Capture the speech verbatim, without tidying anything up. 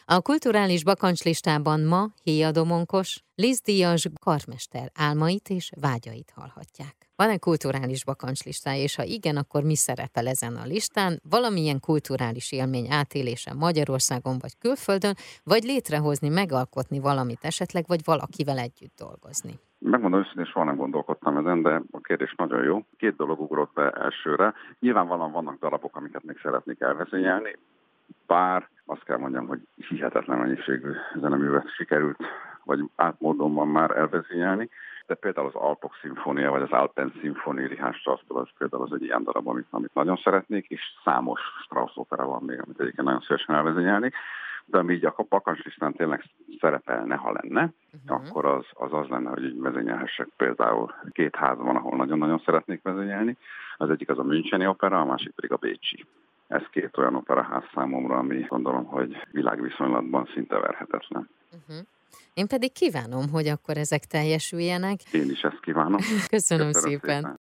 A kulturális bakancslistában ma Héa Domonkos, Liszt Díjas karmester álmait és vágyait hallhatják. Van-e kulturális bakancslistája, és ha igen, akkor mi szerepel ezen a listán? Valamilyen kulturális élmény átélése Magyarországon vagy külföldön, vagy létrehozni, megalkotni valamit esetleg, vagy valakivel együtt dolgozni? Megmondom őszintén, soha nem gondolkodtam ezen, de a kérdés nagyon jó. Két dolog ugrott be elsőre. Nyilvánvalóan vannak darabok, amiket még szeretnék elvezényelni, bár azt kell mondjam, hogy hihetetlen mennyiségű zeneművet sikerült, vagy átmódonban már elvezényelni. De például az Alpok szimfónia, vagy az Alpen szimfónia Richard Strauss-tól, az például az egy ilyen darab, amit, amit nagyon szeretnék, és számos Strauss opera van még, amit egyébként nagyon szívesen elvezényelnék. De ami így a bakancslistán tényleg szerepelne, ha lenne, uh-huh. akkor az, az az lenne, hogy így vezényelhessek például két ház van, ahol nagyon-nagyon szeretnék vezényelni. Az egyik az a Müncheni opera, a másik pedig a bécsi. Ez két olyan operaház számomra, ami gondolom, hogy világviszonylatban szinte verhetetlen. Uh-huh. Én pedig kívánom, hogy akkor ezek teljesüljenek. Én is ezt kívánom. Köszönöm, Köszönöm szépen. szépen.